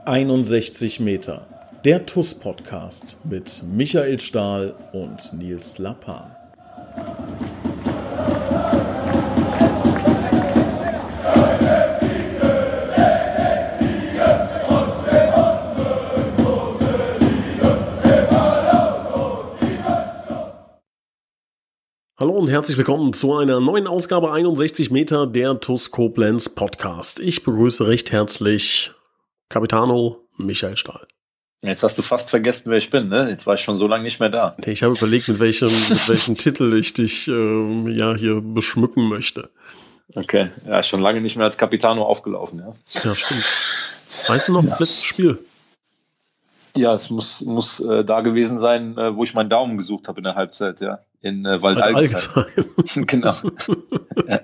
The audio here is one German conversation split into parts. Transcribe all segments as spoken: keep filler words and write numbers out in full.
einundsechzig Meter, der T U S-Podcast mit Michael Stahl und Nils Lappan. Hallo und herzlich willkommen zu einer neuen Ausgabe einundsechzig Meter, der T U S Koblenz Podcast. Ich begrüße recht herzlich Capitano Michael Stahl. Jetzt hast du fast vergessen, wer ich bin, ne? Jetzt war ich schon so lange nicht mehr da. Ich habe überlegt, mit welchem, mit welchem Titel ich dich ähm, ja hier beschmücken möchte. Okay, ja, schon lange nicht mehr als Capitano aufgelaufen, ja. Ja, stimmt. Weißt du noch, ja. Das letzte Spiel? Ja, es muss, muss äh, da gewesen sein, äh, wo ich meinen Daumen gesucht habe in der Halbzeit, ja. In äh, Waldalgesheim. Genau. Ja.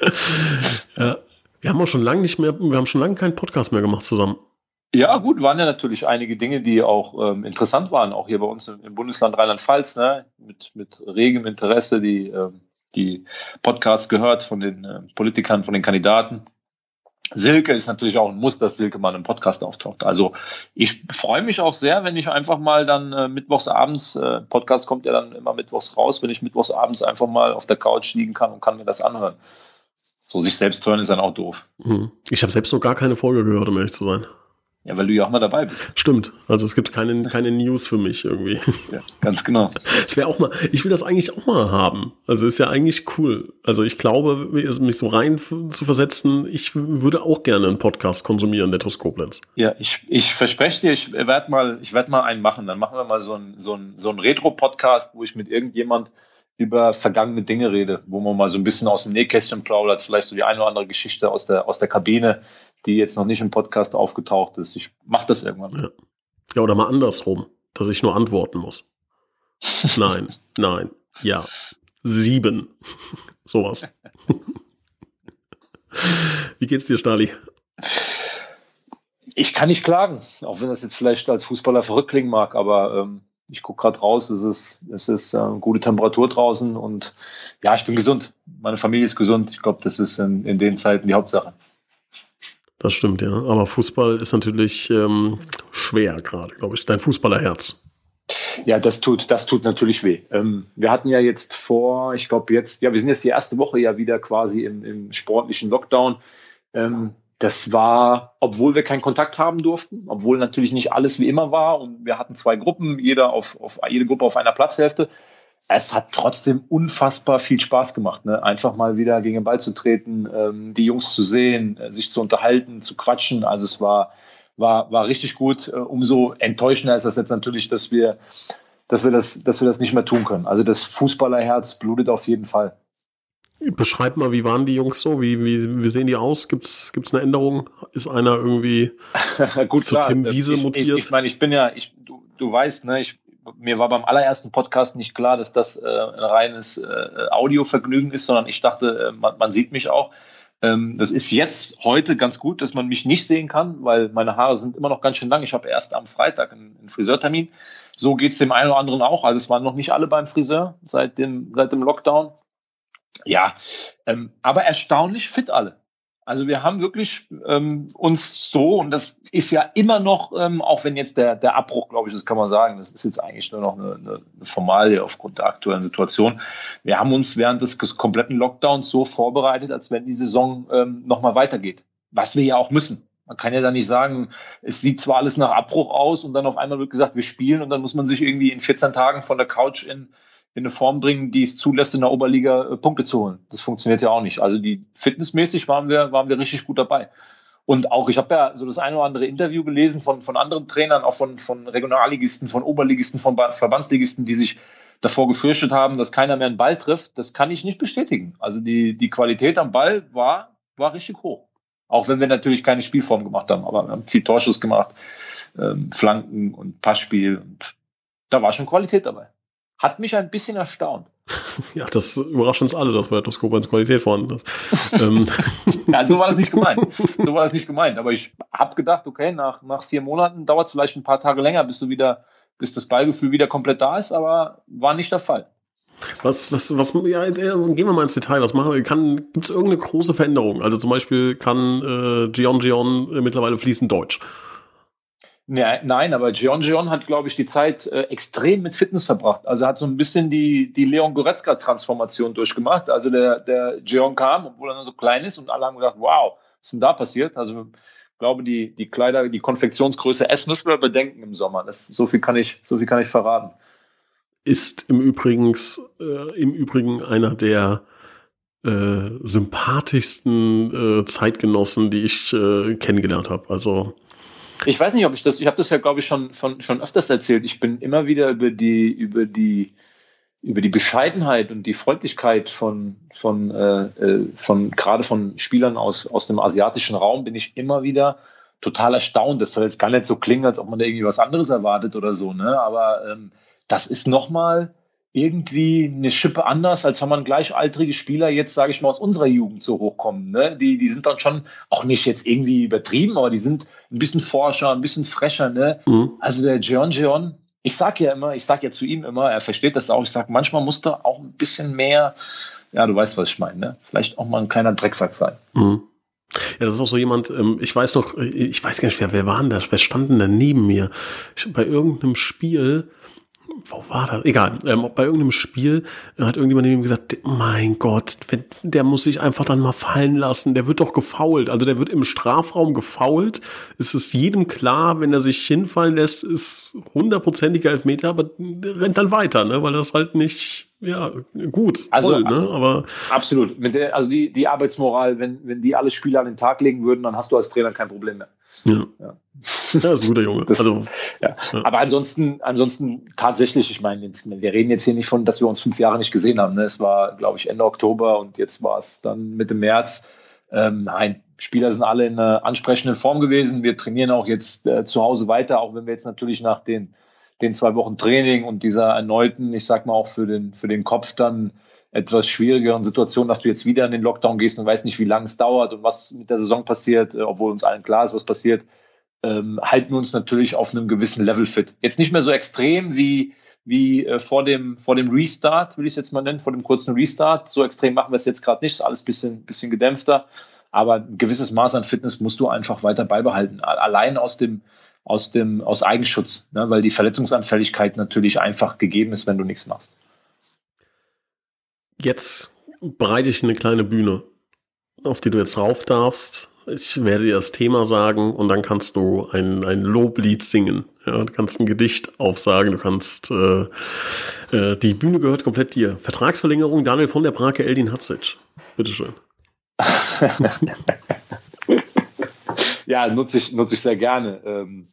Ja. Wir haben auch schon lange nicht mehr, wir haben schon lange keinen Podcast mehr gemacht zusammen. Ja, gut, waren ja natürlich einige Dinge, die auch ähm, interessant waren, auch hier bei uns im, im Bundesland Rheinland-Pfalz, ne? mit, mit regem Interesse, die, ähm, die Podcasts gehört von den äh, Politikern, von den Kandidaten. Silke ist natürlich auch ein Muss, dass Silke mal im Podcast auftaucht. Also ich freue mich auch sehr, wenn ich einfach mal dann äh, mittwochs abends, äh, Podcast kommt ja dann immer mittwochs raus, wenn ich mittwochs abends einfach mal auf der Couch liegen kann und kann mir das anhören. So sich selbst hören ist dann auch doof. Ich habe selbst noch gar keine Folge gehört, um ehrlich zu sein. Ja, weil du ja auch mal dabei bist. Stimmt. Also es gibt keine, keine News für mich irgendwie. Ja, ganz genau. Es wäre auch mal, ich will das eigentlich auch mal haben. Also ist ja eigentlich cool. Also ich glaube, mich so rein zu versetzen, ich würde auch gerne einen Podcast konsumieren, der T U S Koblenz. Ja, ich, ich verspreche dir, ich werde mal, ich werde mal einen machen. Dann machen wir mal so einen, so einen, so einen Retro-Podcast, wo ich mit irgendjemand über vergangene Dinge rede, wo man mal so ein bisschen aus dem Nähkästchen plaudert, vielleicht so die eine oder andere Geschichte aus der, aus der Kabine, die jetzt noch nicht im Podcast aufgetaucht ist. Ich mache das irgendwann. Ja. Ja, oder mal andersrum, dass ich nur antworten muss. Nein, nein, ja, sieben. Sowas. Wie geht's dir, Stali? Ich kann nicht klagen, auch wenn das jetzt vielleicht als Fußballer verrückt klingen mag, aber ähm, ich gucke gerade raus, es ist, es ist äh, gute Temperatur draußen und ja, ich bin gesund. Meine Familie ist gesund. Ich glaube, das ist in, in den Zeiten die Hauptsache. Das stimmt, ja. Aber Fußball ist natürlich ähm, schwer gerade, glaube ich. Dein Fußballerherz. Ja, das tut, das tut natürlich weh. Ähm, wir hatten ja jetzt vor, ich glaube jetzt, ja, wir sind jetzt die erste Woche ja wieder quasi im, im sportlichen Lockdown. Ähm, Das war, obwohl wir keinen Kontakt haben durften, obwohl natürlich nicht alles wie immer war und wir hatten zwei Gruppen, jeder auf, auf jede Gruppe auf einer Platzhälfte. Es hat trotzdem unfassbar viel Spaß gemacht, ne? Einfach mal wieder gegen den Ball zu treten, ähm, die Jungs zu sehen, äh, sich zu unterhalten, zu quatschen. Also es war, war, war richtig gut. Äh, umso enttäuschender ist das jetzt natürlich, dass wir, dass wir das, dass wir das nicht mehr tun können. Also das Fußballerherz blutet auf jeden Fall. Beschreib mal, wie waren die Jungs so? Wie, wie, wie sehen die aus? Gibt's, gibt's eine Änderung? Ist einer irgendwie Gut, zu klar. Tim Wiese ich, mutiert? Ich, ich meine, ich bin ja, ich, du, du weißt, ne, ich, mir war beim allerersten Podcast nicht klar, dass das äh, ein reines äh, Audiovergnügen ist, sondern ich dachte, äh, man, man sieht mich auch. Ähm, das ist jetzt heute ganz gut, dass man mich nicht sehen kann, weil meine Haare sind immer noch ganz schön lang. Ich habe erst am Freitag einen, einen Friseurtermin. So geht's dem einen oder anderen auch. Also es waren noch nicht alle beim Friseur seit dem, seit dem Lockdown. Ja, ähm, aber erstaunlich fit alle. Also wir haben wirklich ähm, uns so, und das ist ja immer noch, ähm, auch wenn jetzt der, der Abbruch, glaube ich, das kann man sagen, das ist jetzt eigentlich nur noch eine, eine Formalie aufgrund der aktuellen Situation. Wir haben uns während des kompletten Lockdowns so vorbereitet, als wenn die Saison ähm, nochmal weitergeht. Was wir ja auch müssen. Man kann ja da nicht sagen, es sieht zwar alles nach Abbruch aus und dann auf einmal wird gesagt, wir spielen und dann muss man sich irgendwie in vierzehn Tagen von der Couch in in eine Form bringen, die es zulässt, in der Oberliga äh, Punkte zu holen. Das funktioniert ja auch nicht. Also die fitnessmäßig waren wir, waren wir richtig gut dabei. Und auch, ich habe ja so das eine oder andere Interview gelesen von, von anderen Trainern, auch von, von Regionalligisten, von Oberligisten, von Verbandsligisten, die sich davor gefürchtet haben, dass keiner mehr einen Ball trifft. Das kann ich nicht bestätigen. Also die, die Qualität am Ball war, war richtig hoch. Auch wenn wir natürlich keine Spielform gemacht haben, aber wir haben viel Torschuss gemacht, ähm, Flanken und Passspiel. Und da war schon Qualität dabei. Hat mich ein bisschen erstaunt. Ja, das überrascht uns alle, dass bei T U S Koblenz Qualität vorhanden ist. ähm. Ja, so war das nicht gemeint. So war das nicht gemeint. Aber ich habe gedacht, okay, nach, nach vier Monaten dauert es vielleicht ein paar Tage länger, bis du wieder, bis das Ballgefühl wieder komplett da ist, aber war nicht der Fall. Was, was, was, ja, gehen wir mal ins Detail. Was machen wir? Kann, gibt es irgendeine große Veränderung? Also zum Beispiel kann äh, Gion Gion äh, mittlerweile fließend Deutsch. Ja, nein, aber Jeon Jeon hat, glaube ich, die Zeit äh, extrem mit Fitness verbracht. Also hat so ein bisschen die, die Leon Goretzka-Transformation durchgemacht. Also der, der Jeon kam, obwohl er nur so klein ist, und alle haben gedacht, wow, was ist denn da passiert? Also ich glaube, die, die Kleider, die Konfektionsgröße S müssen wir bedenken im Sommer. Das, so viel kann ich, so viel kann ich verraten. Ist im Übrigen, äh, im Übrigen einer der äh, sympathischsten äh, Zeitgenossen, die ich äh, kennengelernt habe. Also ich weiß nicht, ob ich das, ich habe das ja, glaube ich, schon, schon, schon öfters erzählt. Ich bin immer wieder über die, über die, über die Bescheidenheit und die Freundlichkeit von, von, äh, von gerade von Spielern aus, aus dem asiatischen Raum, bin ich immer wieder total erstaunt. Das soll jetzt gar nicht so klingen, als ob man da irgendwie was anderes erwartet oder so, ne? Aber ähm, das ist nochmal irgendwie eine Schippe anders, als wenn man gleichaltrige Spieler jetzt, sage ich mal, aus unserer Jugend so hochkommen. Ne? Die, die sind dann schon auch nicht jetzt irgendwie übertrieben, aber die sind ein bisschen forscher, ein bisschen frecher. Ne? Mhm. Also der Jeon Jeon, ich sage ja immer, ich sage ja zu ihm immer, er versteht das auch, ich sage, manchmal muss da auch ein bisschen mehr, ja, du weißt, was ich meine, ne? Vielleicht auch mal ein kleiner Drecksack sein. Mhm. Ja, das ist auch so jemand, ähm, ich weiß noch, ich weiß gar nicht, wer, wer war denn da, wer stand denn da neben mir? Ich, bei irgendeinem Spiel, wo war das? Egal, ähm, bei irgendeinem Spiel hat irgendjemand ihm gesagt, mein Gott, der muss sich einfach dann mal fallen lassen, der wird doch gefoult, also der wird im Strafraum gefoult, es ist jedem klar, wenn er sich hinfallen lässt, ist hundertprozentiger Elfmeter, aber der rennt dann weiter, ne, weil das halt nicht, ja, gut, also, toll, ne, aber. Absolut, mit der, also die, die Arbeitsmoral, wenn, wenn die alle Spieler an den Tag legen würden, dann hast du als Trainer kein Problem mehr. Ja. Ja. Ja, das ist ein guter Junge. Das, also, ja. Ja. Aber ansonsten, ansonsten tatsächlich, ich meine, jetzt, wir reden jetzt hier nicht von, dass wir uns fünf Jahre nicht gesehen haben. Ne? Es war, glaube ich, Ende Oktober und jetzt war es dann Mitte März. Ähm, nein, Spieler sind alle in einer ansprechenden Form gewesen. Wir trainieren auch jetzt äh, zu Hause weiter, auch wenn wir jetzt natürlich nach den, den zwei Wochen Training und dieser erneuten, ich sag mal auch für den, für den Kopf dann etwas schwierigeren Situation, dass du jetzt wieder in den Lockdown gehst und weißt nicht, wie lange es dauert und was mit der Saison passiert, obwohl uns allen klar ist, was passiert, ähm, halten wir uns natürlich auf einem gewissen Level fit. Jetzt nicht mehr so extrem wie, wie äh, vor, dem, vor dem Restart, will ich es jetzt mal nennen, vor dem kurzen Restart. So extrem machen wir es jetzt gerade nicht, ist alles ein bisschen, bisschen gedämpfter, aber ein gewisses Maß an Fitness musst du einfach weiter beibehalten. Allein aus dem, aus dem, aus Eigenschutz, ne? Weil die Verletzungsanfälligkeit natürlich einfach gegeben ist, wenn du nichts machst. Jetzt bereite ich eine kleine Bühne, auf die du jetzt rauf darfst. Ich werde dir das Thema sagen und dann kannst du ein, ein Loblied singen. Ja, du kannst ein Gedicht aufsagen, du kannst äh, äh, die Bühne gehört komplett dir. Vertragsverlängerung Daniel von der Brake, Eldin Hadzic. Bitteschön. Ja, nutze ich, nutze ich sehr gerne. Ähm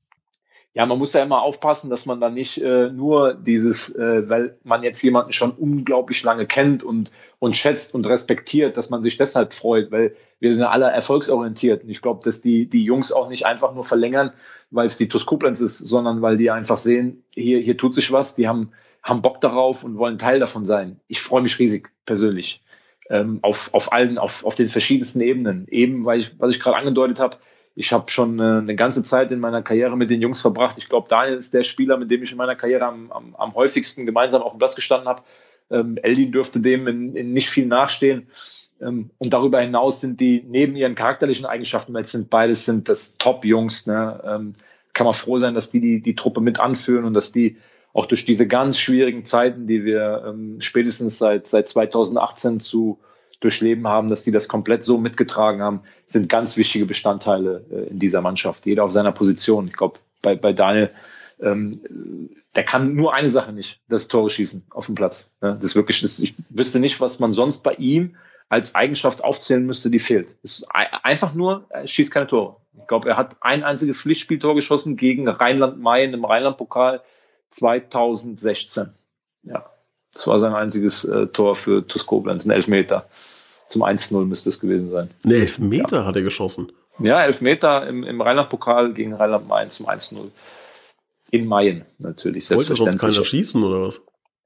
Ja, man muss ja immer aufpassen, dass man dann nicht äh, nur dieses, äh, weil man jetzt jemanden schon unglaublich lange kennt und, und schätzt und respektiert, dass man sich deshalb freut, weil wir sind ja alle erfolgsorientiert. Und ich glaube, dass die, die Jungs auch nicht einfach nur verlängern, weil es die TuS Koblenz ist, sondern weil die einfach sehen, hier, hier tut sich was, die haben, haben Bock darauf und wollen Teil davon sein. Ich freue mich riesig, persönlich, ähm, auf, auf allen, auf, auf den verschiedensten Ebenen. Eben, weil ich, was ich gerade angedeutet habe, ich habe schon äh, eine ganze Zeit in meiner Karriere mit den Jungs verbracht. Ich glaube, Daniel ist der Spieler, mit dem ich in meiner Karriere am, am, am häufigsten gemeinsam auf dem Platz gestanden habe. Ähm, Eldin dürfte dem in, in nicht viel nachstehen. Ähm, und darüber hinaus sind die neben ihren charakterlichen Eigenschaften, weil es sind beides sind das Top-Jungs, ne? ähm, kann man froh sein, dass die, die die Truppe mit anführen und dass die auch durch diese ganz schwierigen Zeiten, die wir ähm, spätestens seit, seit zweitausendachtzehn zu durchleben haben, dass die das komplett so mitgetragen haben, sind ganz wichtige Bestandteile äh, in dieser Mannschaft. Jeder auf seiner Position. Ich glaube, bei, bei Daniel, ähm, der kann nur eine Sache nicht, das Tore schießen auf dem Platz. Ja, das ist wirklich, das, ich wüsste nicht, was man sonst bei ihm als Eigenschaft aufzählen müsste, die fehlt. Es ist einfach nur, er schießt keine Tore. Ich glaube, er hat ein einziges Pflichtspieltor geschossen gegen Rheinland-Main im Rheinland-Pokal zweitausendsechzehn. Ja, das war sein einziges äh, Tor für TuS Koblenz, ein Elfmeter. Zum eins null müsste es gewesen sein. Ne, Elfmeter ja. Hat er geschossen. Ja, Elfmeter im, im Rheinland-Pokal gegen Rheinland-Main zum eins null. In Mayen natürlich, selbstverständlich. Wollte sonst keiner schießen, oder was?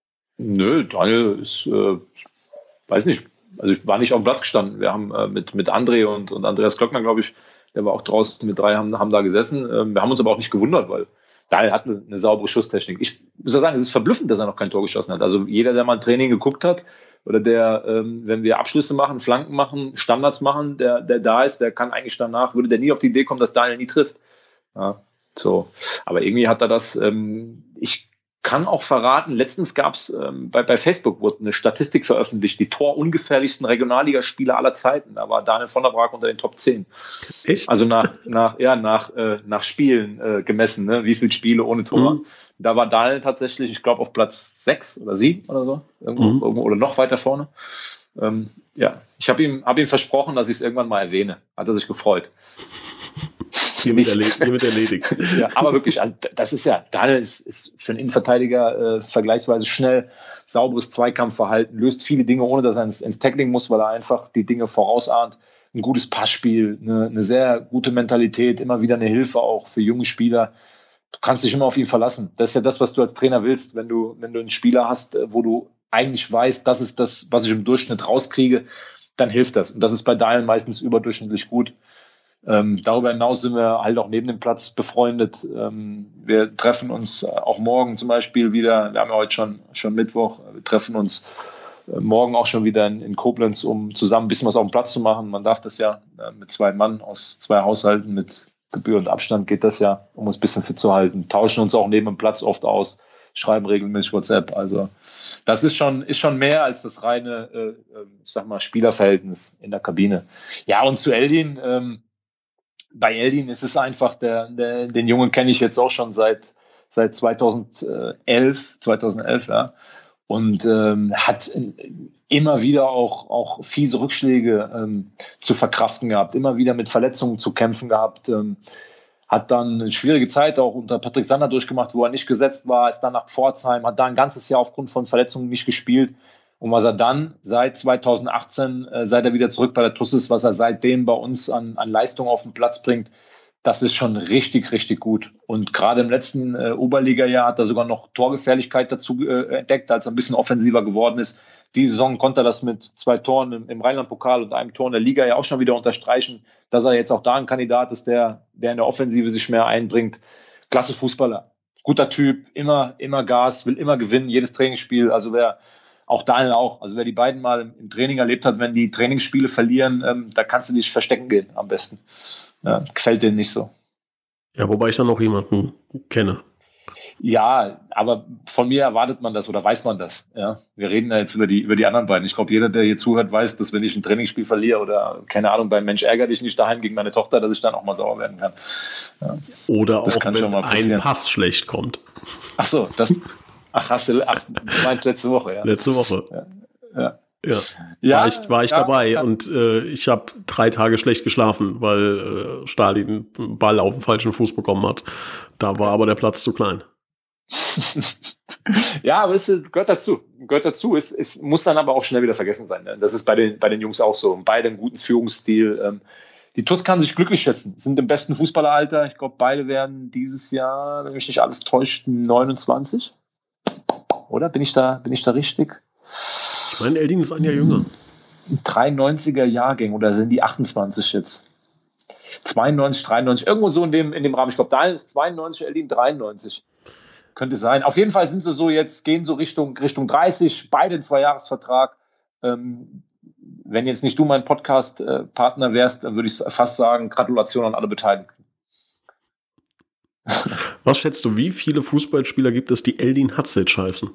Nö, Daniel ist, äh, weiß nicht, also ich war nicht auf dem Platz gestanden. Wir haben äh, mit, mit André und, und Andreas Klöckner, glaube ich, der war auch draußen mit drei, haben, haben da gesessen. Ähm, wir haben uns aber auch nicht gewundert, weil Daniel hat eine, eine saubere Schusstechnik. Ich muss ja sagen, es ist verblüffend, dass er noch kein Tor geschossen hat. Also jeder, der mal ein Training geguckt hat oder der, ähm, wenn wir Abschlüsse machen, Flanken machen, Standards machen, der, der da ist, der kann eigentlich danach, würde der nie auf die Idee kommen, dass Daniel nie trifft. Ja. So, aber irgendwie hat er das, ähm, ich kann auch verraten, letztens gab es ähm, bei, bei Facebook wurde eine Statistik veröffentlicht, die torungefährlichsten Regionalligaspieler aller Zeiten. Da war Daniel von der Braak unter den Top zehn. Echt? Also nach, nach, ja, nach, äh, nach Spielen äh, gemessen, ne? Wie viele Spiele ohne Tor. Mhm. Da war Daniel tatsächlich, ich glaube, auf Platz sechs oder sieben oder so, irgendwo, Mhm. irgendwo oder noch weiter vorne. Ähm, ja, ich habe ihm, hab ihm versprochen, dass ich es irgendwann mal erwähne. Hat er sich gefreut. Hiermit erledigt. Hiermit erledigt. Ja, aber wirklich, das ist ja, Daniel ist, ist für einen Innenverteidiger äh, vergleichsweise schnell, sauberes Zweikampfverhalten, löst viele Dinge, ohne dass er ins, ins Tackling muss, weil er einfach die Dinge vorausahnt. Ein gutes Passspiel, eine, eine sehr gute Mentalität, immer wieder eine Hilfe auch für junge Spieler. Du kannst dich immer auf ihn verlassen. Das ist ja das, was du als Trainer willst, wenn du, wenn du einen Spieler hast, wo du eigentlich weißt, das ist das, was ich im Durchschnitt rauskriege, dann hilft das. Und das ist bei Daniel meistens überdurchschnittlich gut. Ähm, darüber hinaus sind wir halt auch neben dem Platz befreundet. Ähm, wir treffen uns auch morgen zum Beispiel wieder. Wir haben ja heute schon, schon Mittwoch. Wir treffen uns äh, morgen auch schon wieder in, in Koblenz, um zusammen ein bisschen was auf dem Platz zu machen. Man darf das ja äh, mit zwei Mann aus zwei Haushalten mit Gebühr und Abstand geht das ja, um uns ein bisschen fit zu halten. Tauschen uns auch neben dem Platz oft aus, schreiben regelmäßig WhatsApp. Also das ist schon, ist schon mehr als das reine, äh, ich sag mal, Spielerverhältnis in der Kabine. Ja, und zu Eldin, ähm, bei Eldin ist es einfach, der, der, den Jungen kenne ich jetzt auch schon seit, seit zweitausendelf, zweitausendelf, ja. Und ähm, hat immer wieder auch, auch fiese Rückschläge ähm, zu verkraften gehabt, immer wieder mit Verletzungen zu kämpfen gehabt. Ähm, hat dann eine schwierige Zeit auch unter Patrick Sander durchgemacht, wo er nicht gesetzt war, ist dann nach Pforzheim, hat da ein ganzes Jahr aufgrund von Verletzungen nicht gespielt. Und was er dann seit zweitausendachtzehn, äh, seit er wieder zurück bei der T U S ist, was er seitdem bei uns an, an Leistung auf den Platz bringt, das ist schon richtig, richtig gut. Und gerade im letzten äh, Oberliga-Jahr hat er sogar noch Torgefährlichkeit dazu äh, entdeckt, als er ein bisschen offensiver geworden ist. Die Saison konnte er das mit zwei Toren im, im Rheinland-Pokal und einem Tor in der Liga ja auch schon wieder unterstreichen, dass er jetzt auch da ein Kandidat ist, der, der in der Offensive sich mehr einbringt. Klasse Fußballer, guter Typ, immer, immer Gas, will immer gewinnen, jedes Trainingsspiel. Also wer Auch Daniel auch. Also wer die beiden mal im Training erlebt hat, wenn die Trainingsspiele verlieren, ähm, da kannst du dich verstecken gehen am besten. Ja, gefällt denen nicht so. Ja, wobei ich dann noch jemanden kenne. Ja, aber von mir erwartet man das oder weiß man das. Ja, wir reden ja jetzt über die, über die anderen beiden. Ich glaube, jeder, der hier zuhört, weiß, dass wenn ich ein Trainingsspiel verliere oder, keine Ahnung, beim Mensch ärgere dich nicht daheim gegen meine Tochter, dass ich dann auch mal sauer werden kann. Ja, oder das auch kann wenn schon mal ein Pass schlecht kommt. Ach so, das... Ach, hast du, ach, du meinst letzte Woche, ja. Letzte Woche. Ja. Ja. Ja. Ja, war ich, war ich ja, dabei ja. und äh, ich habe drei Tage schlecht geschlafen, weil äh, Stalin einen Ball auf den falschen Fuß bekommen hat. Da war aber der Platz zu klein. Ja, aber es gehört dazu. Gehört dazu. Es, es muss dann aber auch schnell wieder vergessen sein. Ne? Das ist bei den, bei den Jungs auch so. Beide einen guten Führungsstil. Ähm, die T U S kann sich glücklich schätzen. Sind im besten Fußballeralter. Ich glaube, beide werden dieses Jahr, wenn mich nicht alles täuscht, neunundzwanzig. Oder? Bin ich da, bin ich da richtig? Ich meine, Eldin ist ein Jahr jünger. dreiundneunziger Jahrgänge oder sind die achtundzwanzig jetzt? zweiundneunzig, dreiundneunzig, irgendwo so in dem, in dem Rahmen. Ich glaube, Daniel ist zweiundneunzig, Eldin dreiundneunzig. Könnte sein. Auf jeden Fall sind sie so jetzt, gehen so Richtung, Richtung dreißig, beide einen Zweijahresvertrag. Ähm, wenn jetzt nicht du mein Podcast-Partner wärst, dann würde ich fast sagen, Gratulation an alle Beteiligten. Was schätzt du, wie viele Fußballspieler gibt es, die Eldin Hadzic heißen?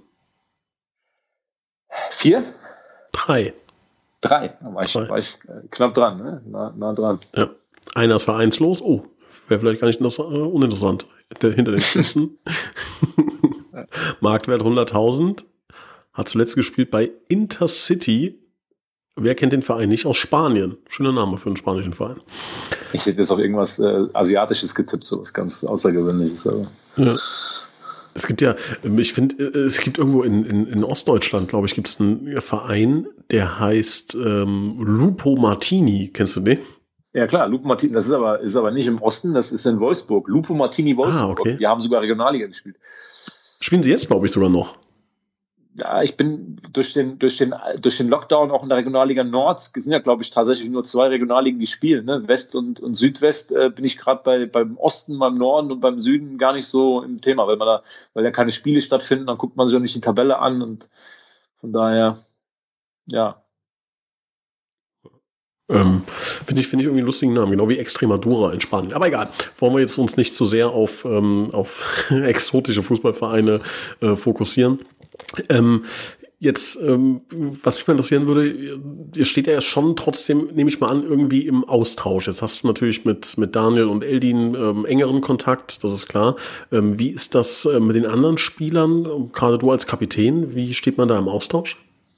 Vier? Drei. Drei. Da war ich, Drei. war ich knapp dran, ne? nah, nah dran. Ja. Einer ist vereinslos. Oh, wäre vielleicht gar nicht äh, uninteressant. Der, hinter den Spitzen. Marktwert hunderttausend. Hat zuletzt gespielt bei Intercity. Wer kennt den Verein nicht? Aus Spanien. Schöner Name für einen spanischen Verein. Ich hätte jetzt auf irgendwas äh, Asiatisches getippt, so was ganz Außergewöhnliches. Aber. Ja. Es gibt ja, ich finde, es gibt irgendwo in, in, in Ostdeutschland, glaube ich, gibt es einen Verein, der heißt ähm, Lupo Martini. Kennst du den? Ja klar, Lupo Martini, das ist aber, ist aber nicht im Osten, das ist in Wolfsburg. Lupo Martini Wolfsburg. Ah, okay. Die haben sogar Regionalliga gespielt. Spielen sie jetzt, glaube ich, sogar noch. Ja, ich bin durch den, durch den, durch den Lockdown auch in der Regionalliga Nord, es sind ja, glaube ich, tatsächlich nur zwei Regionalligen, die spielen, ne? West und, und Südwest, äh, bin ich gerade bei, beim Osten, beim Norden und beim Süden gar nicht so im Thema, weil man da, weil ja keine Spiele stattfinden, dann guckt man sich auch nicht die Tabelle an und von daher, ja. Ähm, finde ich, finde ich irgendwie einen lustigen Namen, genau wie Extremadura in Spanien. Aber egal, wollen wir jetzt uns nicht zu sehr auf, ähm, auf exotische Fußballvereine äh, fokussieren. Ähm, Jetzt, ähm, was mich mal interessieren würde, ihr steht ja schon trotzdem, nehme ich mal an, irgendwie im Austausch. Jetzt hast du natürlich mit, mit Daniel und Eldin ähm, engeren Kontakt, das ist klar. Ähm, wie ist das äh, mit den anderen Spielern? Gerade du als Kapitän, wie steht man da im Austausch?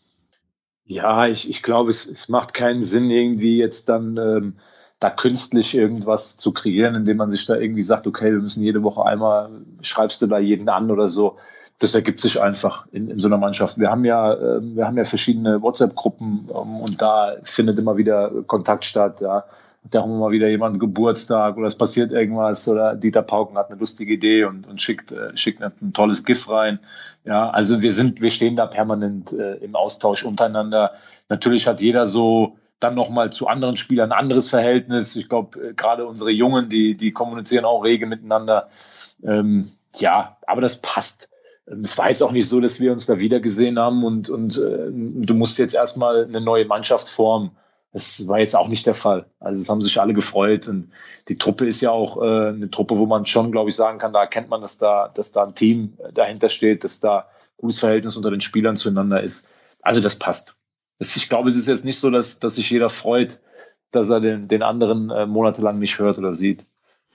Ja, ich, ich glaube, es, es macht keinen Sinn, irgendwie jetzt dann ähm, da künstlich irgendwas zu kreieren, indem man sich da irgendwie sagt, okay, wir müssen jede Woche einmal, schreibst du da jeden an oder so. Das ergibt sich einfach in, in so einer Mannschaft. Wir haben ja, äh, wir haben ja verschiedene WhatsApp-Gruppen ähm, und da findet immer wieder Kontakt statt. Ja. Da haben wir mal wieder jemanden Geburtstag oder es passiert irgendwas oder Dieter Pauken hat eine lustige Idee und, und schickt, äh, schickt ein tolles GIF rein. Ja, also wir sind, wir stehen da permanent äh, im Austausch untereinander. Natürlich hat jeder so dann nochmal zu anderen Spielern ein anderes Verhältnis. Ich glaube, äh, gerade unsere Jungen, die, die kommunizieren auch rege miteinander. Ähm, ja, aber das passt. Es war jetzt auch nicht so, dass wir uns da wieder gesehen haben und, und äh, du musst jetzt erstmal eine neue Mannschaft formen. Das war jetzt auch nicht der Fall. Also es haben sich alle gefreut und die Truppe ist ja auch äh, eine Truppe, wo man schon, glaube ich, sagen kann, da erkennt man, dass da, dass da ein Team dahinter steht, dass da gutes Verhältnis unter den Spielern zueinander ist. Also das passt. Das, ich glaube, es ist jetzt nicht so, dass, dass sich jeder freut, dass er den, den anderen äh, monatelang nicht hört oder sieht.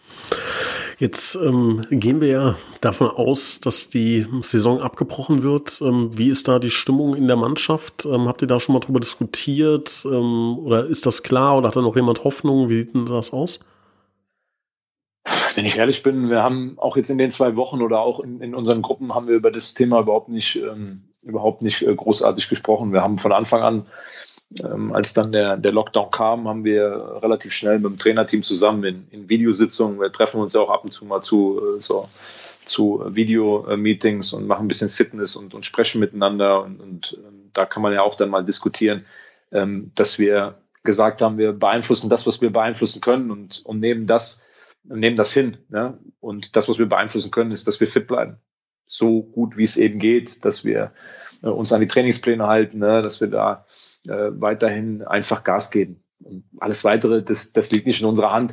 Jetzt ähm, gehen wir ja davon aus, dass die Saison abgebrochen wird. Ähm, wie ist da die Stimmung in der Mannschaft? Ähm, habt ihr da schon mal drüber diskutiert? Ähm, oder ist das klar? Oder hat da noch jemand Hoffnung? Wie sieht denn das aus? Wenn ich ehrlich bin, wir haben auch jetzt in den zwei Wochen oder auch in, in unseren Gruppen haben wir über das Thema überhaupt nicht, ähm, überhaupt nicht äh, großartig gesprochen. Wir haben von Anfang an, ähm, als dann der, der Lockdown kam, haben wir relativ schnell mit dem Trainerteam zusammen in, in Videositzungen, wir treffen uns ja auch ab und zu mal zu, äh, so, zu Video-Meetings und machen ein bisschen Fitness und, und sprechen miteinander. Und, und ähm, da kann man ja auch dann mal diskutieren, ähm, dass wir gesagt haben, wir beeinflussen das, was wir beeinflussen können und, und nehmen das, nehmen das hin. Ne? Und das, was wir beeinflussen können, ist, dass wir fit bleiben. So gut, wie es eben geht, dass wir äh, uns an die Trainingspläne halten, ne? Dass wir da äh, weiterhin einfach Gas geben. Und alles Weitere, das, das liegt nicht in unserer Hand.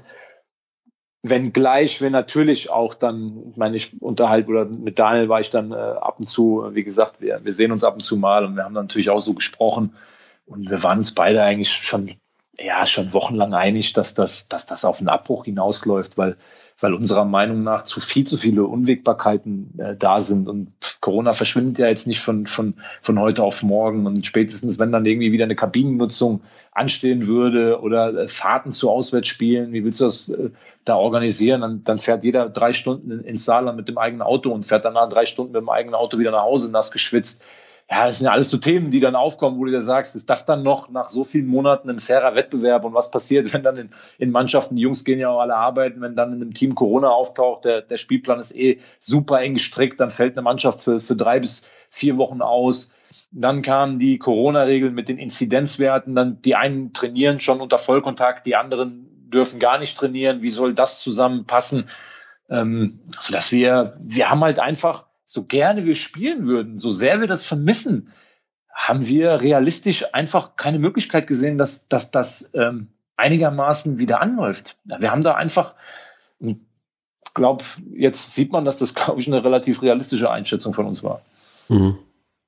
Wenngleich wir natürlich auch dann, ich meine, ich unterhalte, oder mit Daniel war ich dann äh, ab und zu, wie gesagt, wir, wir sehen uns ab und zu mal und wir haben dann natürlich auch so gesprochen und wir waren uns beide eigentlich schon ja, schon wochenlang einig, dass das, dass das auf einen Abbruch hinausläuft, weil, weil unserer Meinung nach zu viel, zu viele Unwägbarkeiten äh, da sind. Und Corona verschwindet ja jetzt nicht von, von, von heute auf morgen. Und spätestens, wenn dann irgendwie wieder eine Kabinennutzung anstehen würde oder äh, Fahrten zu Auswärtsspielen, wie willst du das äh, da organisieren? Dann, dann fährt jeder drei Stunden in, ins Saarland mit dem eigenen Auto und fährt danach drei Stunden mit dem eigenen Auto wieder nach Hause, nass geschwitzt. Ja, das sind ja alles so Themen, die dann aufkommen, wo du dir sagst, ist das dann noch nach so vielen Monaten ein fairer Wettbewerb und was passiert, wenn dann in, in Mannschaften, die Jungs gehen ja auch alle arbeiten, wenn dann in einem Team Corona auftaucht, der, der Spielplan ist eh super eng gestrickt, dann fällt eine Mannschaft für, für drei bis vier Wochen aus. Dann kamen die Corona-Regeln mit den Inzidenzwerten, dann die einen trainieren schon unter Vollkontakt, die anderen dürfen gar nicht trainieren. Wie soll das zusammenpassen? Ähm, sodass wir, wir haben halt einfach, so gerne wir spielen würden, so sehr wir das vermissen, haben wir realistisch einfach keine Möglichkeit gesehen, dass, dass das ähm, einigermaßen wieder anläuft. Ja, wir haben da einfach, ich glaube, jetzt sieht man, dass das, glaube ich, eine relativ realistische Einschätzung von uns war. Mhm.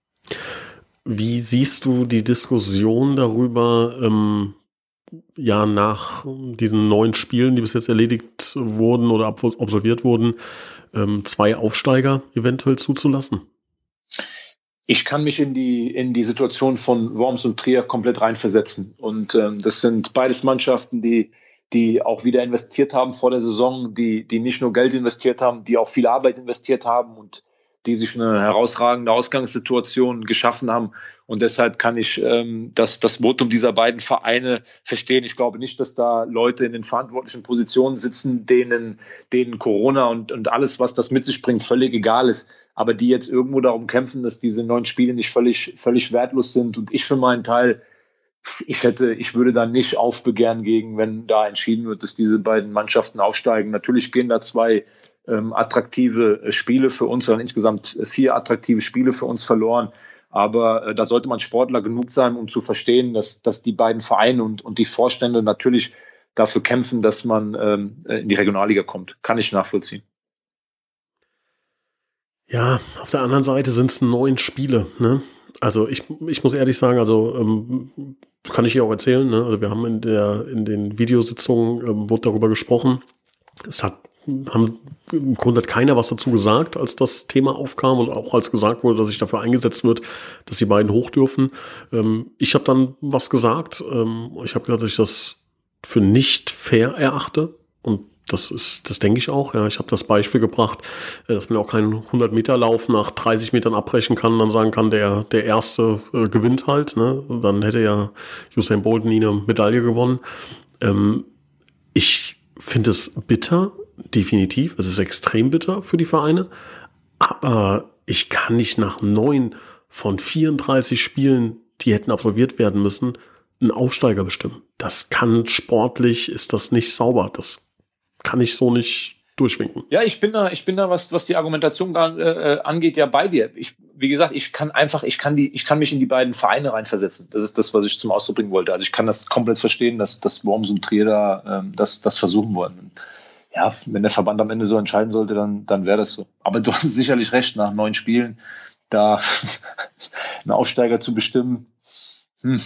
Wie siehst du die Diskussion darüber, ähm, ja, nach diesen neun Spielen, die bis jetzt erledigt wurden oder absolviert wurden, ähm, zwei Aufsteiger eventuell zuzulassen? Ich kann mich in die, in die Situation von Worms und Trier komplett reinversetzen. Und ähm, das sind beides Mannschaften, die, die auch wieder investiert haben vor der Saison, die, die nicht nur Geld investiert haben, die auch viel Arbeit investiert haben und die sich eine herausragende Ausgangssituation geschaffen haben. Und deshalb kann ich ähm, das, das Votum dieser beiden Vereine verstehen. Ich glaube nicht, dass da Leute in den verantwortlichen Positionen sitzen, denen, denen Corona und, und alles, was das mit sich bringt, völlig egal ist. Aber die jetzt irgendwo darum kämpfen, dass diese neuen Spiele nicht völlig, völlig wertlos sind. Und ich für meinen Teil, ich hätte, ich würde da nicht aufbegehren gegen, wenn da entschieden wird, dass diese beiden Mannschaften aufsteigen. Natürlich gehen da zwei ähm, attraktive Spiele für uns, sondern insgesamt vier attraktive Spiele für uns verloren. Aber äh, da sollte man Sportler genug sein, um zu verstehen, dass, dass die beiden Vereine und, und die Vorstände natürlich dafür kämpfen, dass man ähm, in die Regionalliga kommt. Kann ich nachvollziehen. Ja, auf der anderen Seite sind es neun Spiele, ne? Also ich, ich muss ehrlich sagen, also ähm, kann ich hier auch erzählen, ne? Also wir haben in der in den Videositzungen ähm, wurde darüber gesprochen. Es hat haben im Grunde hat keiner was dazu gesagt, als das Thema aufkam und auch als gesagt wurde, dass sich dafür eingesetzt wird, dass die beiden hoch dürfen. Ähm, ich habe dann was gesagt. Ähm, ich habe gesagt, dass ich das für nicht fair erachte und das ist, das denke ich auch. Ja, ich habe das Beispiel gebracht, dass man auch keinen hundert Meter Lauf nach dreißig Metern abbrechen kann und dann sagen kann, der der erste äh, gewinnt halt. Ne? Dann hätte ja Usain Bolt nie eine Medaille gewonnen. Ähm, ich finde es bitter, definitiv. Es ist extrem bitter für die Vereine. Aber ich kann nicht nach neun von vierunddreißig Spielen, die hätten absolviert werden müssen, einen Aufsteiger bestimmen. Das kann sportlich, ist das nicht sauber. Das kann ich so nicht durchwinken. Ja, ich bin da, ich bin da, was, was die Argumentation äh, angeht, ja bei dir. Ich, wie gesagt, ich kann einfach, ich kann die, ich kann mich in die beiden Vereine reinversetzen. Das ist das, was ich zum Ausdruck bringen wollte. Also ich kann das komplett verstehen, dass, dass Worms und Trier da ähm, das, das versuchen wollen. Ja, wenn der Verband am Ende so entscheiden sollte, dann, dann wäre das so. Aber du hast sicherlich recht, nach neun Spielen da einen Aufsteiger zu bestimmen. Hm.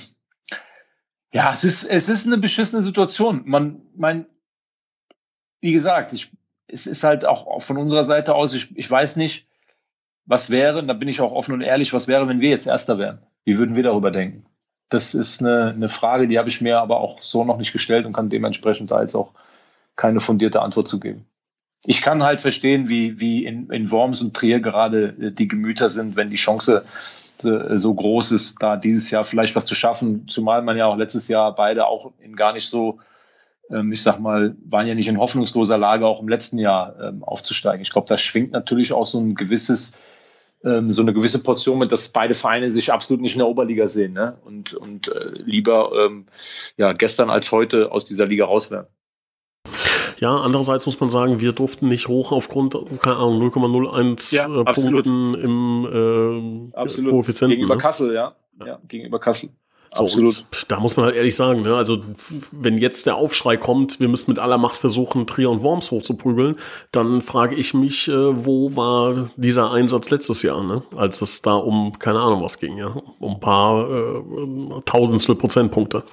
Ja, es ist, es ist eine beschissene Situation. Man, mein, wie gesagt, ich, es ist halt auch von unserer Seite aus, ich, ich weiß nicht, was wäre, da bin ich auch offen und ehrlich, was wäre, wenn wir jetzt Erster wären? Wie würden wir darüber denken? Das ist eine, eine Frage, die habe ich mir aber auch so noch nicht gestellt und kann dementsprechend da jetzt auch keine fundierte Antwort zu geben. Ich kann halt verstehen, wie, wie in, in Worms und Trier gerade die Gemüter sind, wenn die Chance so, so groß ist, da dieses Jahr vielleicht was zu schaffen, zumal man ja auch letztes Jahr beide auch in gar nicht so, ähm, ich sag mal, waren ja nicht in hoffnungsloser Lage, auch im letzten Jahr ähm, aufzusteigen. Ich glaube, da schwingt natürlich auch so ein gewisses, ähm, so eine gewisse Portion mit, dass beide Vereine sich absolut nicht in der Oberliga sehen, ne? und, und äh, lieber ähm, ja, gestern als heute aus dieser Liga raus wären. Ja, andererseits muss man sagen, wir durften nicht hoch aufgrund, keine Ahnung, null Komma null eins ja, äh, Punkten im äh, absolut. Koeffizienten. Gegenüber ne? Kassel, ja. ja. Ja, gegenüber Kassel. So, absolut. Da muss man halt ehrlich sagen, ne? Also wenn jetzt der Aufschrei kommt, wir müssen mit aller Macht versuchen, Trier und Worms hochzuprügeln, dann frage ich mich, äh, wo war dieser Einsatz letztes Jahr, ne? Als es da um, keine Ahnung was ging, ja, um ein paar äh, Tausendstel Prozentpunkte.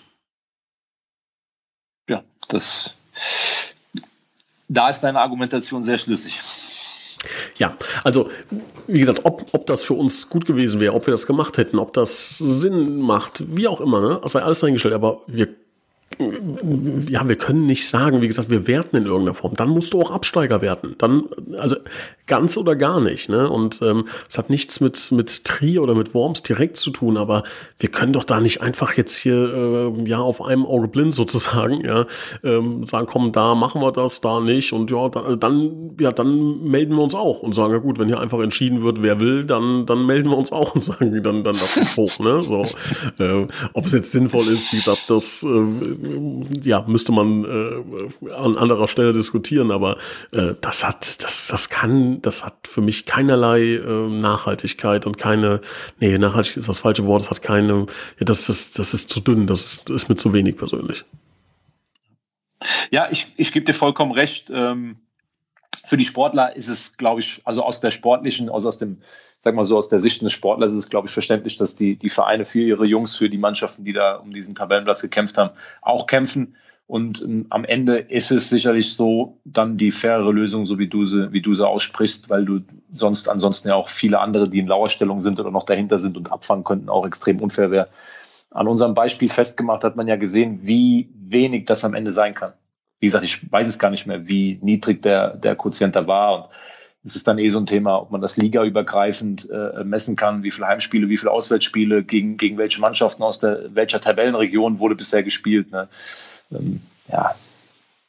Ja, das... Da ist deine Argumentation sehr schlüssig. Ja, also wie gesagt, ob, ob das für uns gut gewesen wäre, ob wir das gemacht hätten, ob das Sinn macht, wie auch immer, ne? Das sei alles dahingestellt, aber wir ja, wir können nicht sagen, wie gesagt, wir werten in irgendeiner Form. Dann musst du auch Absteiger werten. Dann, also ganz oder gar nicht, ne? Und ähm, es hat nichts mit mit Trier oder mit Worms direkt zu tun, aber wir können doch da nicht einfach jetzt hier äh, ja auf einem Auge blind sozusagen, ja, ähm, sagen, komm, da machen wir das, da nicht und ja, da, dann ja, dann melden wir uns auch und sagen, ja gut, wenn hier einfach entschieden wird, wer will, dann dann melden wir uns auch und sagen, dann dann lass uns hoch, ne? So, äh, ob es jetzt sinnvoll ist, wie gesagt, das äh, ja, müsste man äh, an anderer Stelle diskutieren, aber äh, das hat, das, das kann, das hat für mich keinerlei äh, Nachhaltigkeit und keine, nee, nachhaltig ist das falsche Wort, das hat keine, ja, das, das, das ist zu dünn, das ist, ist mir zu wenig persönlich. Ja, ich, ich gebe dir vollkommen recht. Ähm, für die Sportler ist es, glaube ich, also aus der sportlichen, also aus dem, sag mal so, aus der Sicht des Sportlers ist es, glaube ich, verständlich, dass die, die Vereine für ihre Jungs, für die Mannschaften, die da um diesen Tabellenplatz gekämpft haben, auch kämpfen. Und ähm, am Ende ist es sicherlich so dann die fairere Lösung, so wie du sie, wie du sie aussprichst, weil du sonst ansonsten ja auch viele andere, die in Lauerstellung sind oder noch dahinter sind und abfangen könnten, auch extrem unfair wäre. An unserem Beispiel festgemacht hat man ja gesehen, wie wenig das am Ende sein kann. Wie gesagt, ich weiß es gar nicht mehr, wie niedrig der, der Quotient da war. Und es ist dann eh so ein Thema, ob man das ligaübergreifend äh, messen kann, wie viele Heimspiele, wie viele Auswärtsspiele, gegen, gegen welche Mannschaften aus der, welcher Tabellenregion wurde bisher gespielt. Ne? Ähm, ja.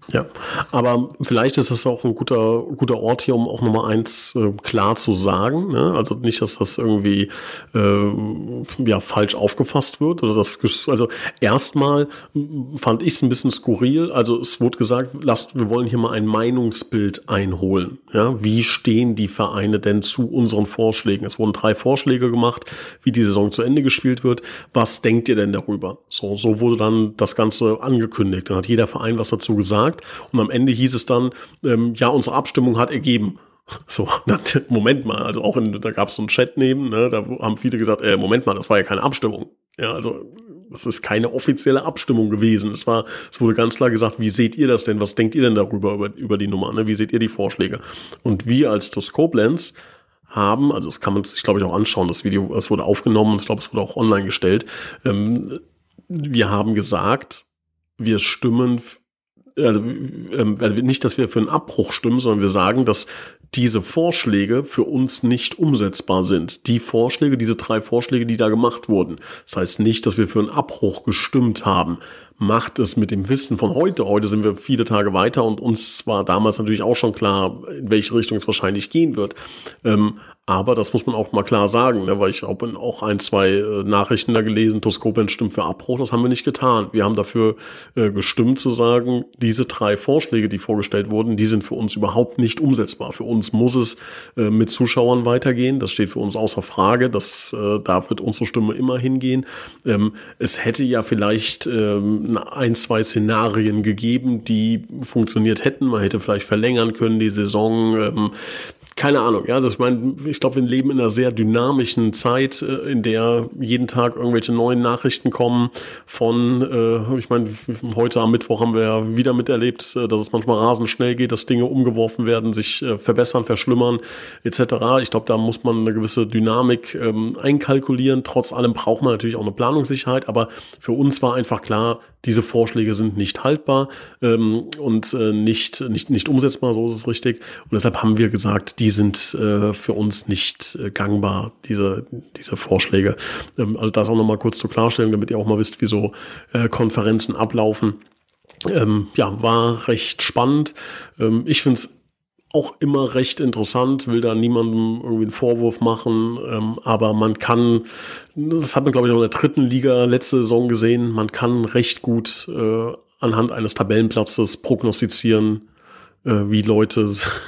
Ja, aber vielleicht ist es auch ein guter, guter Ort hier, um auch nochmal eins äh, klar zu sagen. Ne? Also nicht, dass das irgendwie äh, ja falsch aufgefasst wird oder das. Also erstmal fand ich es ein bisschen skurril. Also es wurde gesagt, lasst, wir wollen hier mal ein Meinungsbild einholen. Ja, wie stehen die Vereine denn zu unseren Vorschlägen? Es wurden drei Vorschläge gemacht, wie die Saison zu Ende gespielt wird. Was denkt ihr denn darüber? So, so wurde dann das Ganze angekündigt. Dann hat jeder Verein was dazu gesagt. Und am Ende hieß es dann, ähm, ja, unsere Abstimmung hat ergeben. So, dann, Moment mal, also auch in, da gab es so einen Chat neben, ne, da haben viele gesagt, äh, Moment mal, das war ja keine Abstimmung. Ja, also das ist keine offizielle Abstimmung gewesen. Es war, es wurde ganz klar gesagt, wie seht ihr das denn? Was denkt ihr denn darüber, über, über die Nummer? Ne? Wie seht ihr die Vorschläge? Und wir als TuS Koblenz haben, also das kann man sich, glaube ich, auch anschauen, das Video, es wurde aufgenommen und ich glaube, es wurde auch online gestellt. Ähm, wir haben gesagt, wir stimmen Also, ähm, nicht, dass wir für einen Abbruch stimmen, sondern wir sagen, dass diese Vorschläge für uns nicht umsetzbar sind. Die Vorschläge, diese drei Vorschläge, die da gemacht wurden. Das heißt nicht, dass wir für einen Abbruch gestimmt haben. Macht es mit dem Wissen von heute. Heute sind wir viele Tage weiter und uns war damals natürlich auch schon klar, in welche Richtung es wahrscheinlich gehen wird. Ähm, aber das muss man auch mal klar sagen, ne, weil ich habe auch ein, zwei äh, Nachrichten da gelesen, TuS Koblenz stimmt für Abbruch, das haben wir nicht getan. Wir haben dafür äh, gestimmt zu sagen, diese drei Vorschläge, die vorgestellt wurden, die sind für uns überhaupt nicht umsetzbar. Für uns muss es äh, mit Zuschauern weitergehen, das steht für uns außer Frage, das, äh, da wird unsere Stimme immer hingehen. Ähm, es hätte ja vielleicht ähm, ein, zwei Szenarien gegeben, die funktioniert hätten, man hätte vielleicht verlängern können die Saison, ähm, keine Ahnung, ja, das, ich meine, ich glaube, wir leben in einer sehr dynamischen Zeit, in der jeden Tag irgendwelche neuen Nachrichten kommen von, äh, ich meine, heute am Mittwoch haben wir ja wieder miterlebt, dass es manchmal rasend schnell geht, dass Dinge umgeworfen werden, sich äh, verbessern, verschlimmern, et cetera. Ich glaube, da muss man eine gewisse Dynamik ähm, einkalkulieren. Trotz allem braucht man natürlich auch eine Planungssicherheit, aber für uns war einfach klar, diese Vorschläge sind nicht haltbar ähm, und äh, nicht, nicht, nicht umsetzbar, so ist es richtig. Und deshalb haben wir gesagt, die sind äh, für uns nicht äh, gangbar, diese, diese Vorschläge. Ähm, also das auch nochmal kurz zur Klarstellung, damit ihr auch mal wisst, wie so äh, Konferenzen ablaufen. Ähm, ja, war recht spannend. Ähm, ich finde es auch immer recht interessant, will da niemandem irgendwie einen Vorwurf machen, ähm, aber man kann, das hat man glaube ich auch in der dritten Liga letzte Saison gesehen, man kann recht gut äh, anhand eines Tabellenplatzes prognostizieren, äh, wie Leute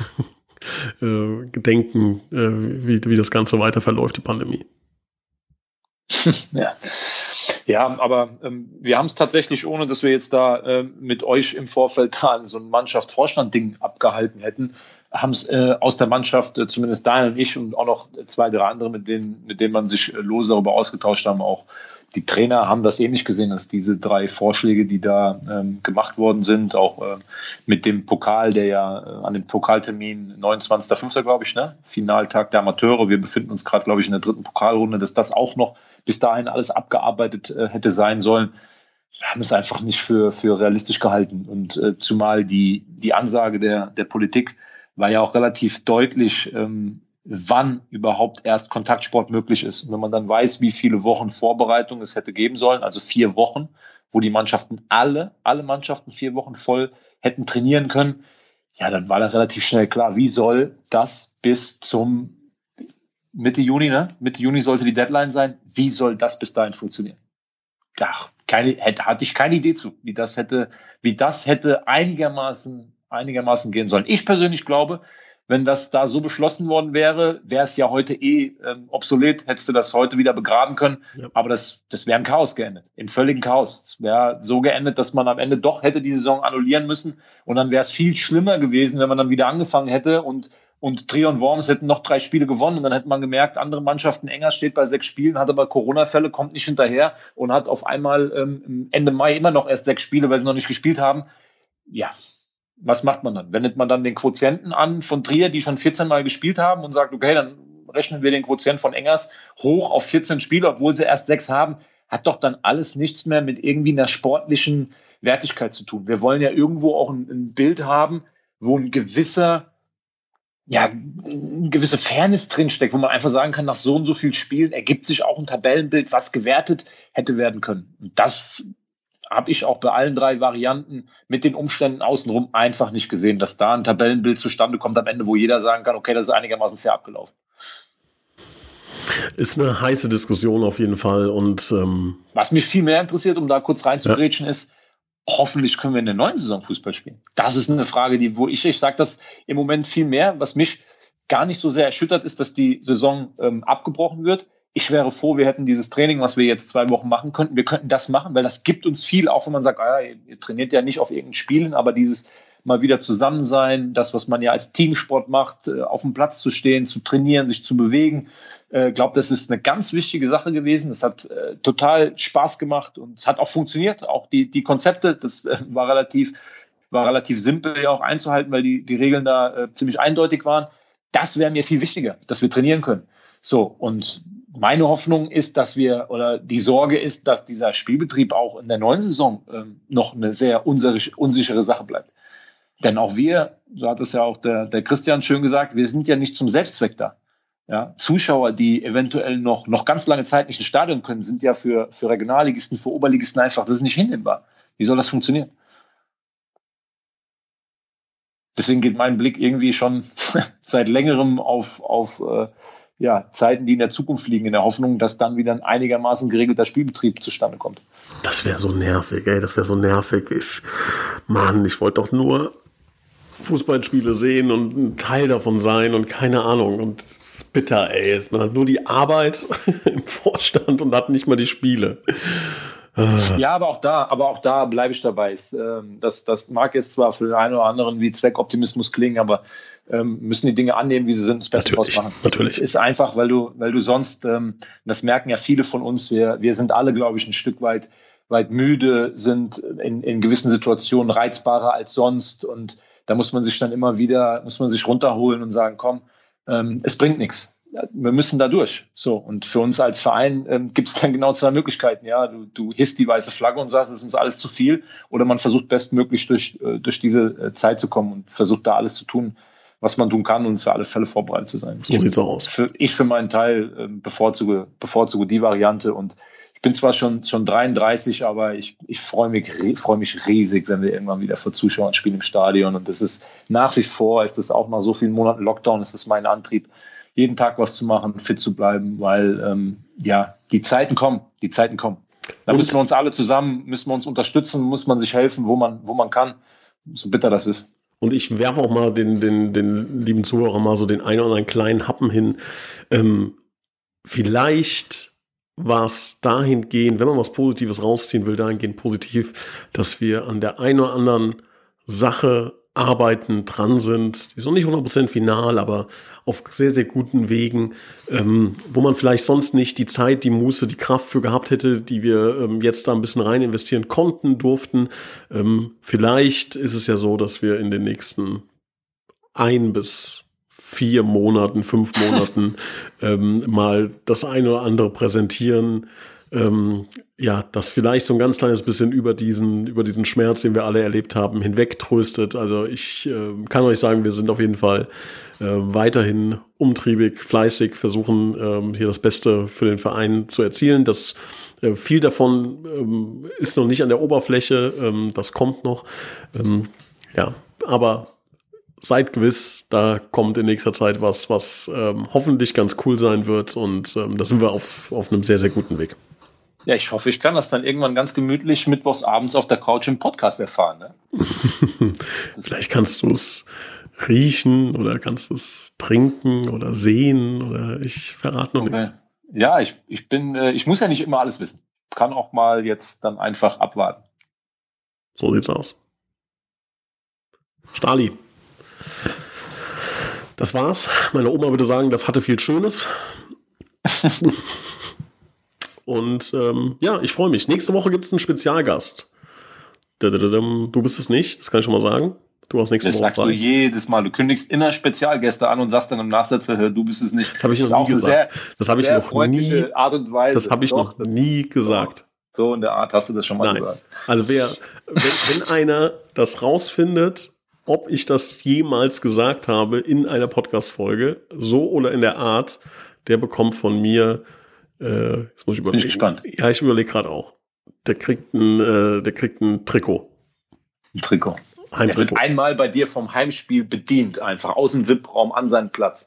äh, denken, äh, wie, wie das Ganze weiter verläuft, die Pandemie. Ja. Ja, aber ähm, wir haben es tatsächlich, ohne dass wir jetzt da äh, mit euch im Vorfeld da so ein Mannschaftsvorstand-Ding abgehalten hätten, haben es äh, aus der Mannschaft, äh, zumindest Daniel und ich und auch noch zwei, drei andere, mit denen, mit denen man sich äh, lose darüber ausgetauscht haben, auch die Trainer haben das ähnlich gesehen, dass diese drei Vorschläge, die da ähm, gemacht worden sind, auch äh, mit dem Pokal, der ja äh, an dem Pokaltermin neunundzwanzigster fünfter glaube ich, ne, Finaltag der Amateure, wir befinden uns gerade, glaube ich, in der dritten Pokalrunde, dass das auch noch bis dahin alles abgearbeitet äh, hätte sein sollen. Wir haben es einfach nicht für, für realistisch gehalten. Und äh, zumal die, die Ansage der, der Politik war ja auch relativ deutlich, ähm, wann überhaupt erst Kontaktsport möglich ist. Und wenn man dann weiß, wie viele Wochen Vorbereitung es hätte geben sollen, also vier Wochen, wo die Mannschaften alle, alle Mannschaften vier Wochen voll hätten trainieren können, ja, dann war da relativ schnell klar, wie soll das bis zum Mitte Juni, ne? Mitte Juni sollte die Deadline sein. Wie soll das bis dahin funktionieren? Ach, keine, hätte, hatte ich keine Idee zu, wie das hätte, wie das hätte einigermaßen, einigermaßen gehen sollen. Ich persönlich glaube, wenn das da so beschlossen worden wäre, wäre es ja heute eh ähm, obsolet, hättest du das heute wieder begraben können. Ja. Aber das, das wäre im Chaos geendet, im völligen Chaos. Es wäre so geendet, dass man am Ende doch hätte die Saison annullieren müssen. Und dann wäre es viel schlimmer gewesen, wenn man dann wieder angefangen hätte und Und Trier und Worms hätten noch drei Spiele gewonnen und dann hätte man gemerkt, andere Mannschaften, Engers steht bei sechs Spielen, hat aber Corona-Fälle, kommt nicht hinterher und hat auf einmal ähm, Ende Mai immer noch erst sechs Spiele, weil sie noch nicht gespielt haben. Ja, was macht man dann? Wendet man dann den Quotienten an von Trier, die schon vierzehn Mal gespielt haben und sagt, okay, dann rechnen wir den Quotient von Engers hoch auf vierzehn Spiele, obwohl sie erst sechs haben, hat doch dann alles nichts mehr mit irgendwie einer sportlichen Wertigkeit zu tun. Wir wollen ja irgendwo auch ein, ein Bild haben, wo ein gewisser ja, eine gewisse Fairness drinsteckt, wo man einfach sagen kann, nach so und so vielen Spielen ergibt sich auch ein Tabellenbild, was gewertet hätte werden können. Und das habe ich auch bei allen drei Varianten mit den Umständen außenrum einfach nicht gesehen, dass da ein Tabellenbild zustande kommt am Ende, wo jeder sagen kann, okay, das ist einigermaßen fair abgelaufen. Ist eine heiße Diskussion auf jeden Fall. Und ähm, was mich viel mehr interessiert, um da kurz reinzugrätschen, ja. ist, hoffentlich können wir in der neuen Saison Fußball spielen. Das ist eine Frage, die, wo ich, ich sage das im Moment viel mehr, was mich gar nicht so sehr erschüttert ist, dass die Saison ähm, abgebrochen wird. Ich wäre froh, wir hätten dieses Training, was wir jetzt zwei Wochen machen könnten, wir könnten das machen, weil das gibt uns viel, auch wenn man sagt, ah, ihr, ihr trainiert ja nicht auf irgendeinen Spielen, aber dieses mal wieder zusammen sein, das, was man ja als Teamsport macht, äh, auf dem Platz zu stehen, zu trainieren, sich zu bewegen. Ich äh, glaube, das ist eine ganz wichtige Sache gewesen. Es hat äh, total Spaß gemacht und es hat auch funktioniert. Auch die, die Konzepte, das äh, war relativ, war relativ simpel ja auch einzuhalten, weil die, die Regeln da äh, ziemlich eindeutig waren. Das wäre mir viel wichtiger, dass wir trainieren können. So, und meine Hoffnung ist, dass wir, oder die Sorge ist, dass dieser Spielbetrieb auch in der neuen Saison ähm, noch eine sehr unsichere, unsichere Sache bleibt. Denn auch wir, so hat es ja auch der, der Christian schön gesagt, wir sind ja nicht zum Selbstzweck da. Ja, Zuschauer, die eventuell noch, noch ganz lange Zeit nicht ins Stadion können, sind ja für, für Regionalligisten, für Oberligisten einfach, das ist nicht hinnehmbar. Wie soll das funktionieren? Deswegen geht mein Blick irgendwie schon seit längerem auf, auf äh, ja, Zeiten, die in der Zukunft liegen, in der Hoffnung, dass dann wieder ein einigermaßen geregelter Spielbetrieb zustande kommt. Das wäre so nervig, ey, das wäre so nervig. Ich, Mann, ich wollte doch nur Fußballspiele sehen und ein Teil davon sein und keine Ahnung. Und es ist bitter, ey. Man hat nur die Arbeit im Vorstand und hat nicht mal die Spiele. Ja, aber auch da, aber auch da bleibe ich dabei. Das, das mag jetzt zwar für den einen oder anderen wie Zweckoptimismus klingen, aber ähm, müssen die Dinge annehmen, wie sie sind, das Beste draus machen. Natürlich. Es ist einfach, weil du, weil du sonst, ähm, das merken ja viele von uns, wir, wir sind alle, glaube ich, ein Stück weit, weit müde, sind in, in gewissen Situationen reizbarer als sonst und da muss man sich dann immer wieder, muss man sich runterholen und sagen, komm, ähm, es bringt nichts. Wir müssen da durch. So, und für uns als Verein ähm, gibt es dann genau zwei Möglichkeiten. Ja, du, du hisst die weiße Flagge und sagst, es ist uns alles zu viel, oder man versucht bestmöglich durch, äh, durch diese äh, Zeit zu kommen und versucht da alles zu tun, was man tun kann und für alle Fälle vorbereitet zu sein. So sieht's aus. Für, ich für meinen Teil äh, bevorzuge, bevorzuge die Variante und ich bin zwar schon, schon dreiunddreißig, aber ich, ich freue mich, freue mich riesig, wenn wir irgendwann wieder vor Zuschauern spielen im Stadion und das ist nach wie vor, ist das auch nach so vielen Monaten Lockdown, ist das mein Antrieb, jeden Tag was zu machen, fit zu bleiben, weil ähm, ja, die Zeiten kommen, die Zeiten kommen. Da und müssen wir uns alle zusammen, müssen wir uns unterstützen, muss man sich helfen, wo man, wo man kann, so bitter das ist. Und ich werfe auch mal den, den, den lieben Zuhörern mal so den einen oder anderen kleinen Happen hin. Ähm, vielleicht war es dahingehend, wenn man was Positives rausziehen will, dahingehend positiv, dass wir an der einen oder anderen Sache arbeiten, dran sind, die sind noch nicht hundert Prozent final, aber auf sehr, sehr guten Wegen, ähm, wo man vielleicht sonst nicht die Zeit, die Muße, die Kraft für gehabt hätte, die wir ähm, jetzt da ein bisschen rein investieren konnten, durften. Ähm, vielleicht ist es ja so, dass wir in den nächsten ein bis vier Monaten, fünf Monaten ähm, mal das eine oder andere präsentieren, ähm, ja, das vielleicht so ein ganz kleines bisschen über diesen, über diesen Schmerz, den wir alle erlebt haben, hinweg tröstet. Also ich äh, kann euch sagen, wir sind auf jeden Fall äh, weiterhin umtriebig, fleißig, versuchen ähm, hier das Beste für den Verein zu erzielen. Das äh, viel davon ähm, ist noch nicht an der Oberfläche, ähm, das kommt noch. Ähm, ja, aber seid gewiss, da kommt in nächster Zeit was, was ähm, hoffentlich ganz cool sein wird und ähm, da sind wir auf, auf einem sehr, sehr guten Weg. Ja, ich hoffe, ich kann das dann irgendwann ganz gemütlich mittwochs abends auf der Couch im Podcast erfahren. Ne? Vielleicht kannst du es riechen oder kannst du es trinken oder sehen oder ich verrate noch okay. nichts. Ja, ich, ich bin, ich muss ja nicht immer alles wissen. Kann auch mal jetzt dann einfach abwarten. So sieht's aus. Stali. Das war's. Meine Oma würde sagen, das hatte viel Schönes. Und ähm, ja, ich freue mich. Nächste Woche gibt es einen Spezialgast. Du bist es nicht, das kann ich schon mal sagen. Du hast nächste das Woche. Das sagst frei. Du jedes Mal. Du kündigst immer Spezialgäste an und sagst dann im Nachsatz, du bist es nicht. Das habe ich noch nie gesagt. Das habe ich noch nie. Art und Weise. Das habe ich Doch, noch nie gesagt. So in der Art hast du das schon mal Nein. gesagt. Also wer, wenn, wenn einer das rausfindet, ob ich das jemals gesagt habe in einer Podcast-Folge, so oder in der Art, der bekommt von mir. Äh, jetzt muss ich überlegen. Bin ich gespannt. Ja, ich überlege gerade auch. der kriegt ein, äh, der kriegt ein Trikot. Ein Trikot. Ein der Trikot. wird einmal bei dir vom Heimspiel bedient, einfach aus dem V I P-Raum an seinen Platz.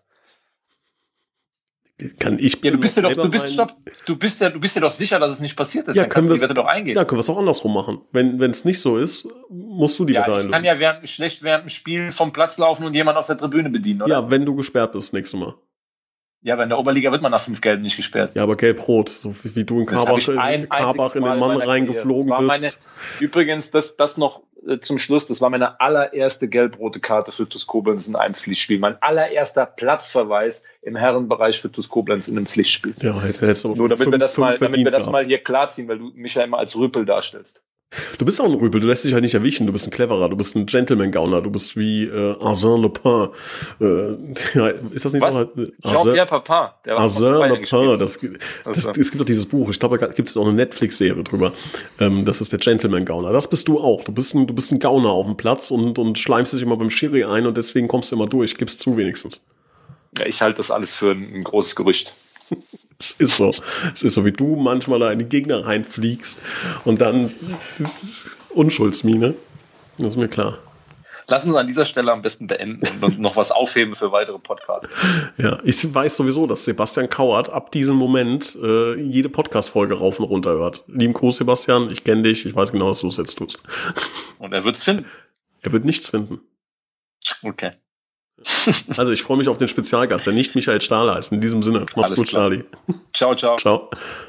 Kann ich ja, du bist ja doch, du bist, stopp, du bist ja, du bist ja doch sicher, dass es nicht passiert ist. Ja, dann können kannst du die wir Wette doch eingehen. Ja, können wir es auch andersrum machen. Wenn wenn es nicht so ist, musst du die ja, Wette ich einlösen. kann ja während, schlecht während dem Spiel vom Platz laufen und jemanden auf der Tribüne bedienen, oder? Ja, wenn du gesperrt bist, nächstes Mal. Ja, aber in der Oberliga wird man nach fünf Gelben nicht gesperrt. Ja, aber gelb-rot, so wie, wie du in Karbach, ein Karbach in den Mann reingeflogen bist. Meine, übrigens, das, das noch äh, zum Schluss, das war meine allererste gelb-rote Karte für TuS Koblenz in einem Pflichtspiel. Mein allererster Platzverweis im Herrenbereich für TuS Koblenz in einem Pflichtspiel. Ja, hätte jetzt aber Nur damit fünf, wir das, mal, damit wir das gehabt. mal hier klarziehen, weil du mich ja immer als Rüpel darstellst. Du bist auch ein Rüpel, du lässt dich halt nicht erwischen, du bist ein Cleverer, du bist ein Gentleman-Gauner, du bist wie äh, Arsène Lupin. Äh, ja, ist das nicht Was? so? Jean-Pierre Papin. Der war Arsène Lupin, das, das, also. es gibt doch dieses Buch, ich glaube, da gibt es auch eine Netflix-Serie drüber. Ähm, das ist der Gentleman-Gauner. Das bist du auch. Du bist ein, du bist ein Gauner auf dem Platz und, und schleimst dich immer beim Schiri ein und deswegen kommst du immer durch. Gib's zu wenigstens. Ja, ich halte das alles für ein, ein großes Gerücht. Es ist so. Es ist so, wie du manchmal da in die Gegner reinfliegst und dann Unschuldsmine. Das ist mir klar. Lass uns an dieser Stelle am besten beenden und noch was aufheben für weitere Podcasts. Ja, ich weiß sowieso, dass Sebastian Kauert ab diesem Moment äh, jede Podcast-Folge rauf und runter hört. Lieben Gruß, Sebastian. Ich kenne dich. Ich weiß genau, was du es jetzt tust. Und er wird's finden. Er wird nichts finden. Okay. Also ich freue mich auf den Spezialgast, der nicht Michael Stahler ist. In diesem Sinne, mach's Alles gut, klar. Charlie. Ciao, ciao. Ciao.